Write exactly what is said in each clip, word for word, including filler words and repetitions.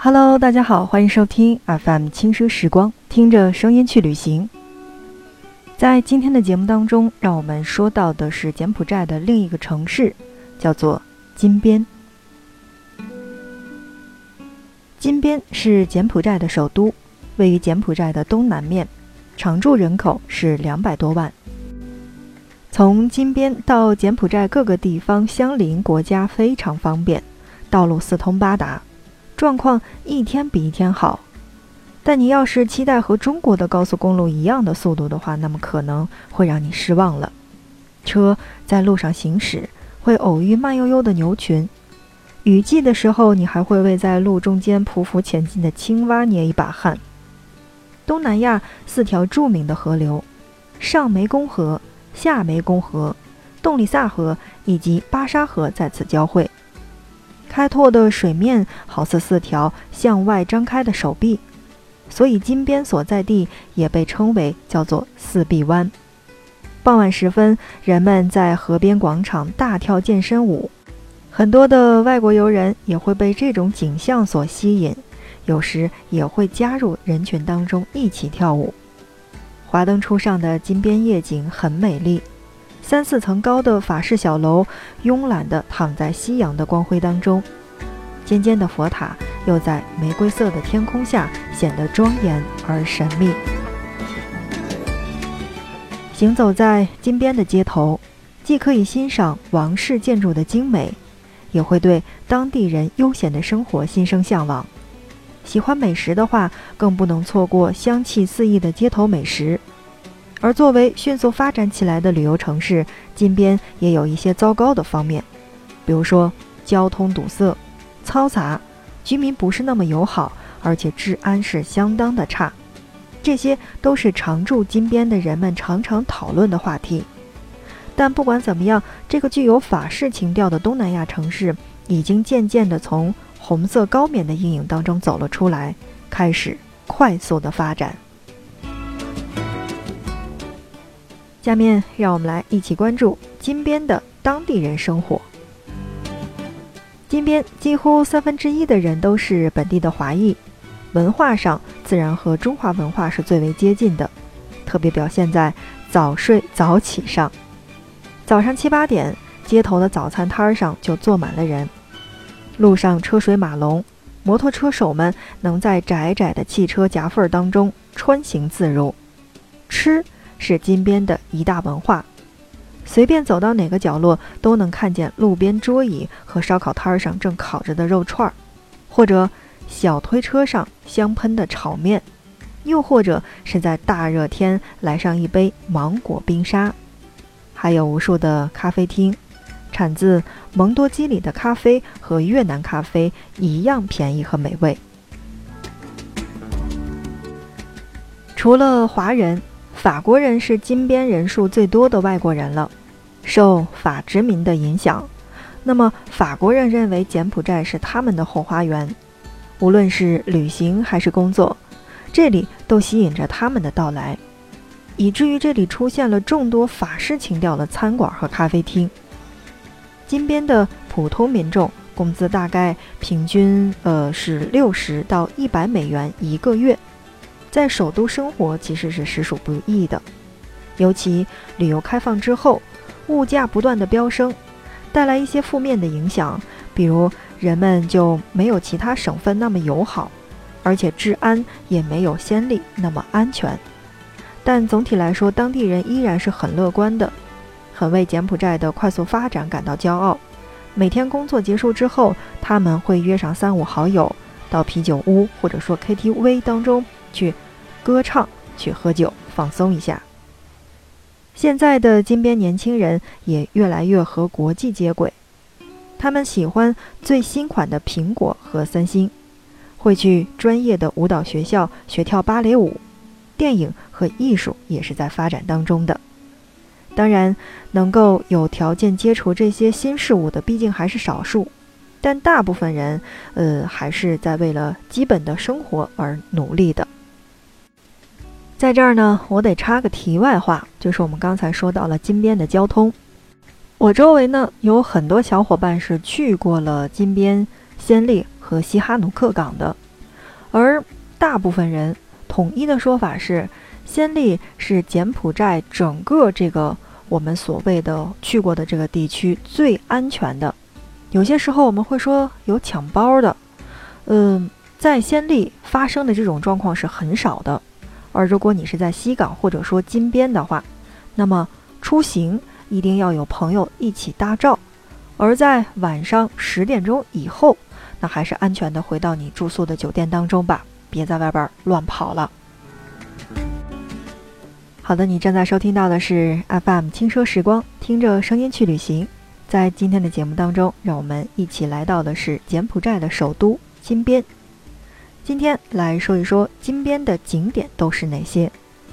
Hello， 大家好，欢迎收听 F M 轻奢时光，听着声音去旅行。在今天的节目当中，让我们说到的是柬埔寨的另一个城市，叫做金边。金边是柬埔寨的首都，位于柬埔寨的东南面，常住人口是两百多万。从金边到柬埔寨各个地方相邻国家非常方便，道路四通八达，状况一天比一天好。但你要是期待和中国的高速公路一样的速度的话，那么可能会让你失望了。车在路上行驶，会偶遇慢悠悠的牛群。雨季的时候，你还会为在路中间匍匐前进的青蛙捏一把汗。东南亚四条著名的河流，上湄公河、下湄公河、洞里萨河以及巴沙河在此交汇。开拓的水面好似四条向外张开的手臂，所以金边所在地也被称为叫做四臂湾。傍晚时分，人们在河边广场大跳健身舞，很多的外国游人也会被这种景象所吸引，有时也会加入人群当中一起跳舞。华灯初上的金边夜景很美丽，三四层高的法式小楼慵懒地躺在夕阳的光辉当中，尖尖的佛塔又在玫瑰色的天空下显得庄严而神秘。行走在金边的街头，既可以欣赏王室建筑的精美，也会对当地人悠闲的生活心生向往。喜欢美食的话，更不能错过香气四溢的街头美食。而作为迅速发展起来的旅游城市，金边也有一些糟糕的方面，比如说交通堵塞、嘈杂，居民不是那么友好，而且治安是相当的差。这些都是常住金边的人们常常讨论的话题。但不管怎么样，这个具有法式情调的东南亚城市已经渐渐地从红色高棉的阴影当中走了出来，开始快速的发展。下面让我们来一起关注金边的当地人生活。金边几乎三分之一的人都是本地的华裔，文化上自然和中华文化是最为接近的，特别表现在早睡早起上。早上七八点，街头的早餐摊上就坐满了人，路上车水马龙，摩托车手们能在窄窄的汽车夹缝当中穿行自如。吃是金边的一大文化，随便走到哪个角落都能看见路边桌椅和烧烤摊上正烤着的肉串，或者小推车上香喷的炒面，又或者是在大热天来上一杯芒果冰沙。还有无数的咖啡厅，产自蒙多基里的咖啡和越南咖啡一样便宜和美味。除了华人，法国人是金边人数最多的外国人了。受法殖民的影响，那么法国人认为柬埔寨是他们的后花园，无论是旅行还是工作，这里都吸引着他们的到来，以至于这里出现了众多法式情调的餐馆和咖啡厅。金边的普通民众工资大概平均呃是六十到一百美元一个月，在首都生活其实是实属不易的。尤其旅游开放之后，物价不断的飙升，带来一些负面的影响，比如人们就没有其他省份那么友好，而且治安也没有暹粒那么安全。但总体来说，当地人依然是很乐观的，很为柬埔寨的快速发展感到骄傲。每天工作结束之后，他们会约上三五好友到啤酒屋或者说 K T V 当中去歌唱，去喝酒放松一下。现在的金边年轻人也越来越和国际接轨，他们喜欢最新款的苹果和三星，会去专业的舞蹈学校学跳芭蕾舞，电影和艺术也是在发展当中的。当然，能够有条件接触这些新事物的毕竟还是少数，但大部分人呃还是在为了基本的生活而努力的。在这儿呢，我得插个题外话，就是我们刚才说到了金边的交通。我周围呢有很多小伙伴是去过了金边、暹粒和西哈努克港的， 而大部分人统一的说法是，暹粒是柬埔寨整个这个我们所谓的去过的这个地区最安全的。有些时候我们会说有抢包的，嗯，在暹粒发生的这种状况是很少的。而如果你是在西港或者说金边的话，那么出行一定要有朋友一起搭照，而在晚上十点钟以后，那还是安全的回到你住宿的酒店当中吧，别在外边乱跑了。好的，你正在收听到的是 F M 轻奢时光，听着声音去旅行。在今天的节目当中，让我们一起来到的是柬埔寨的首都金边。今天来说一说金边的景点都是哪些。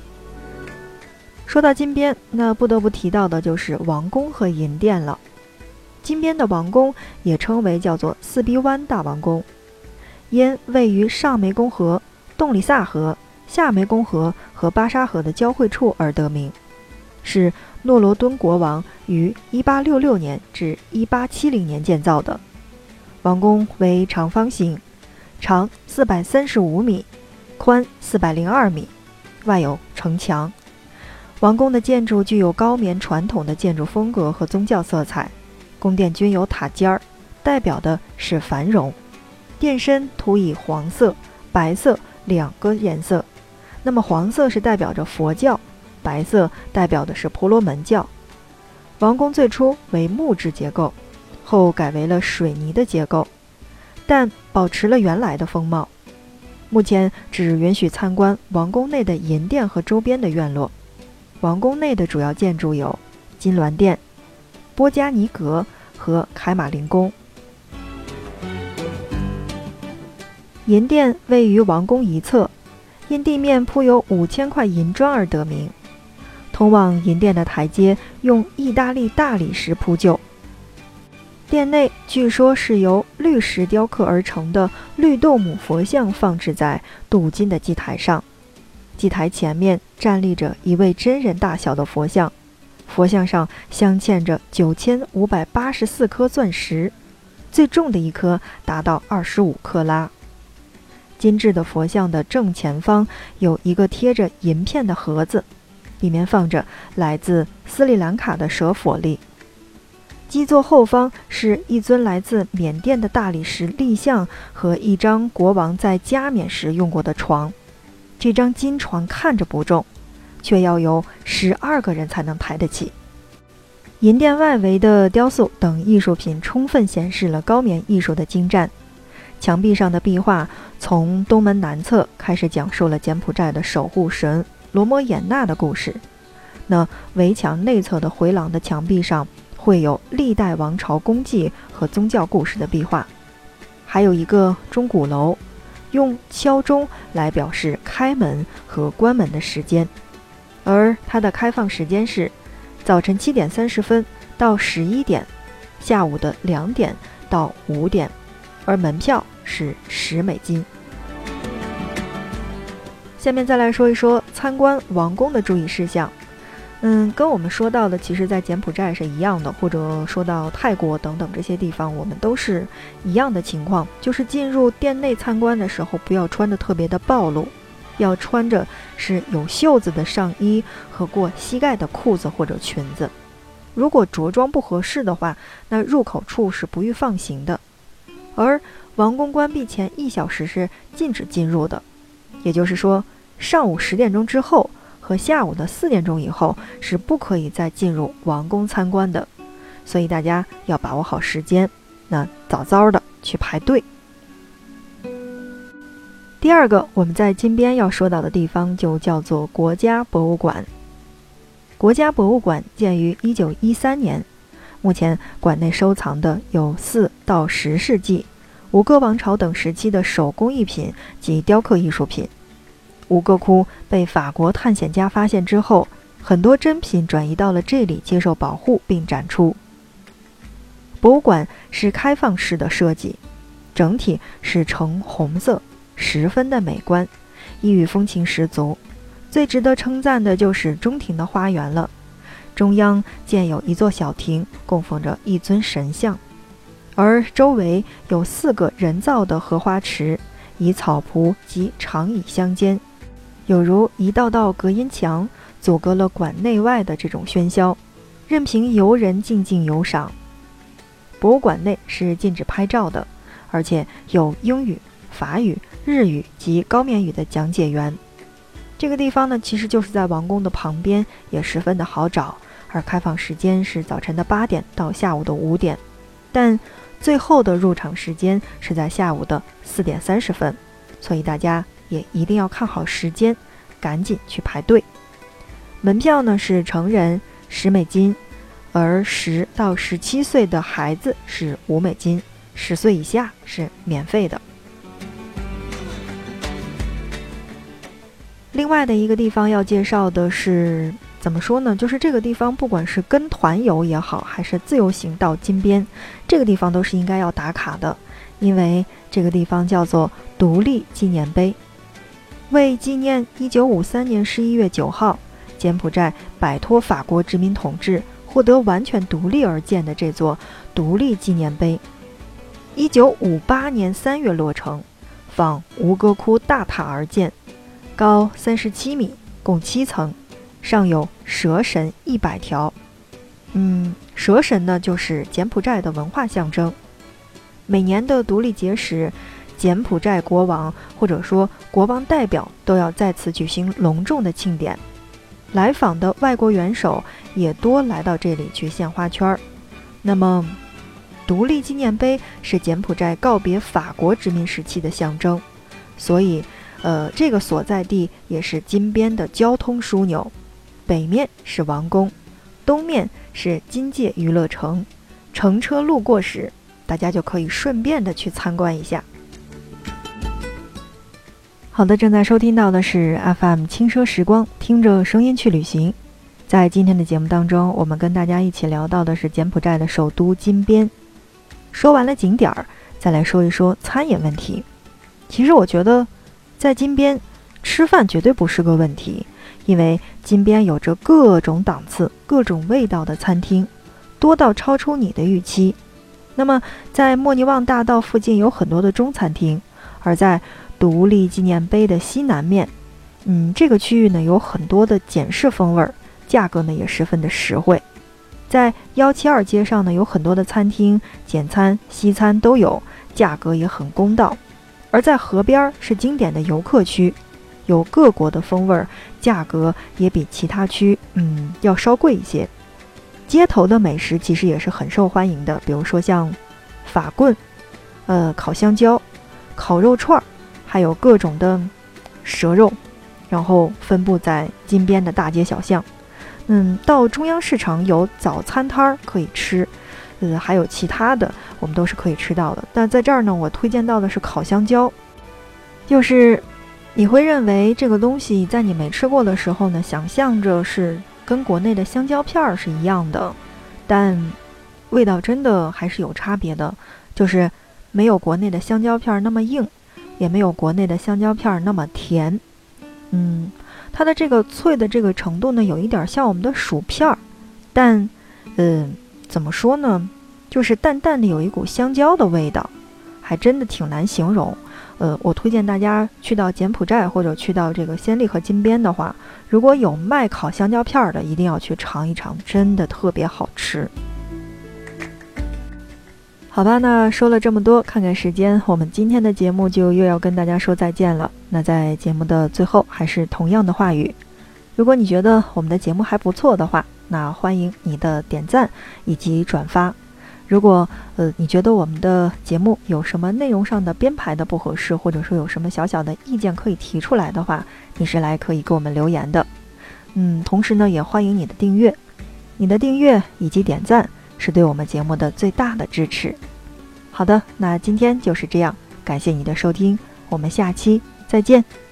说到金边，那不得不提到的就是王宫和银殿了。金边的王宫也称为叫做四壁湾大王宫，因位于上湄公河、洞里萨河、下湄公河和巴沙河的交汇处而得名，是诺罗敦国王于一八六六年至一八七零年建造的。王宫为长方形，长四百三十五米，宽四百零二米，外有城墙。王宫的建筑具有高棉传统的建筑风格和宗教色彩，宫殿均有塔尖儿，代表的是繁荣。殿身涂以黄色、白色两个颜色，那么黄色是代表着佛教，白色代表的是婆罗门教。王宫最初为木质结构，后改为了水泥的结构，但保持了原来的风貌。目前只允许参观王宫内的银殿和周边的院落。王宫内的主要建筑有金銮殿、波加尼阁和凯马林宫。银殿位于王宫一侧，因地面铺有五千块银砖而得名。通往银殿的台阶用意大利大理石铺就。殿内据说是由绿石雕刻而成的绿豆母佛像放置在镀金的祭台上，祭台前面站立着一位真人大小的佛像，佛像上镶嵌着九千五百八十四颗钻石，最重的一颗达到二十五克拉。金制的佛像的正前方有一个贴着银片的盒子，里面放着来自斯里兰卡的舍佛粒。基座后方是一尊来自缅甸的大理石立像和一张国王在加冕时用过的床。这张金床看着不重，却要有十二个人才能抬得起。银殿外围的雕塑等艺术品充分显示了高棉艺术的精湛。墙壁上的壁画从东门南侧开始讲述了柬埔寨的守护神罗摩衍那的故事。那围墙内侧的回廊的墙壁上会有历代王朝功绩和宗教故事的壁画，还有一个钟鼓楼，用敲钟来表示开门和关门的时间，而它的开放时间是早晨七点三十分到十一点，下午的两点到五点，而门票是十美金。下面再来说一说参观王宫的注意事项。嗯，跟我们说到的其实在柬埔寨是一样的，或者说到泰国等等这些地方，我们都是一样的情况，就是进入殿内参观的时候不要穿得特别的暴露，要穿着是有袖子的上衣和过膝盖的裤子或者裙子。如果着装不合适的话，那入口处是不予放行的。而王宫关闭前一小时是禁止进入的，也就是说上午十点钟之后和下午的四点钟以后是不可以再进入王宫参观的，所以大家要把握好时间，那早早的去排队。第二个我们在金边要说到的地方就叫做国家博物馆。国家博物馆建于一九一三年，目前馆内收藏的有四到十世纪吴哥王朝等时期的手工艺品及雕刻艺术品。吴哥窟被法国探险家发现之后，很多珍品转移到了这里接受保护并展出。博物馆是开放式的设计，整体是呈红色，十分的美观，异域风情十足。最值得称赞的就是中庭的花园了，中央建有一座小亭，供奉着一尊神像，而周围有四个人造的荷花池， 以草蒲及长椅相间，有如一道道隔音墙，阻隔了馆内外的这种喧嚣，任凭游人静静游赏。博物馆内是禁止拍照的，而且有英语、法语、日语及高棉语的讲解员。这个地方呢，其实就是在王宫的旁边，也十分的好找，而开放时间是早晨的八点到下午的五点，但最后的入场时间是在下午的四点三十分，所以大家也一定要看好时间，赶紧去排队。门票呢是成人十美金，而十到十七岁的孩子是五美金，十岁以下是免费的。另外的一个地方要介绍的是，怎么说呢？就是这个地方不管是跟团游也好，还是自由行到金边，这个地方都是应该要打卡的，因为这个地方叫做独立纪念碑，为纪念一九五三年十一月九号柬埔寨摆脱法国殖民统治，获得完全独立而建的这座独立纪念碑。一九五八年三月落成，仿吴哥窟大塔而建，高三十七米，共七层，上有蛇神一百条。嗯，蛇神呢就是柬埔寨的文化象征。每年的独立节时，柬埔寨国王或者说国王代表都要在此举行隆重的庆典，来访的外国元首也多来到这里去献花圈。那么独立纪念碑是柬埔寨告别法国殖民时期的象征，所以呃，这个所在地也是金边的交通枢纽。北面是王宫，东面是金界娱乐城，乘车路过时，大家就可以顺便的去参观一下。好的，正在收听到的是 F M 轻奢时光，听着声音去旅行。在今天的节目当中，我们跟大家一起聊到的是柬埔寨的首都金边。说完了景点儿，再来说一说餐饮问题。其实我觉得在金边吃饭绝对不是个问题，因为金边有着各种档次、各种味道的餐厅，多到超出你的预期。那么在莫尼旺大道附近有很多的中餐厅，而在独立纪念碑的西南面，嗯，这个区域呢有很多的简式风味，价格呢也十分的实惠。在一七二街上呢有很多的餐厅，简餐、西餐都有，价格也很公道。而在河边是经典的游客区，有各国的风味，价格也比其他区嗯要稍贵一些。街头的美食其实也是很受欢迎的，比如说像法棍、呃烤香蕉、烤肉串，还有各种的蛇肉，然后分布在金边的大街小巷。嗯，到中央市场有早餐摊儿可以吃，呃，还有其他的我们都是可以吃到的。但在这儿呢，我推荐到的是烤香蕉，就是你会认为这个东西在你没吃过的时候呢，想象着是跟国内的香蕉片儿是一样的，但味道真的还是有差别的，就是没有国内的香蕉片儿那么硬，也没有国内的香蕉片儿那么甜。嗯，它的这个脆的这个程度呢，有一点像我们的薯片儿，但嗯、呃，怎么说呢，就是淡淡的有一股香蕉的味道，还真的挺难形容。呃，我推荐大家去到柬埔寨或者去到这个暹粒和金边的话，如果有卖烤香蕉片的，一定要去尝一尝，真的特别好吃。好吧，那说了这么多，看看时间，我们今天的节目就又要跟大家说再见了。那在节目的最后，还是同样的话语，如果你觉得我们的节目还不错的话，那欢迎你的点赞以及转发。如果呃你觉得我们的节目有什么内容上的编排的不合适，或者说有什么小小的意见可以提出来的话，你是来可以给我们留言的。嗯，同时呢，也欢迎你的订阅，你的订阅以及点赞是对我们节目的最大的支持。好的，那今天就是这样，感谢你的收听，我们下期再见。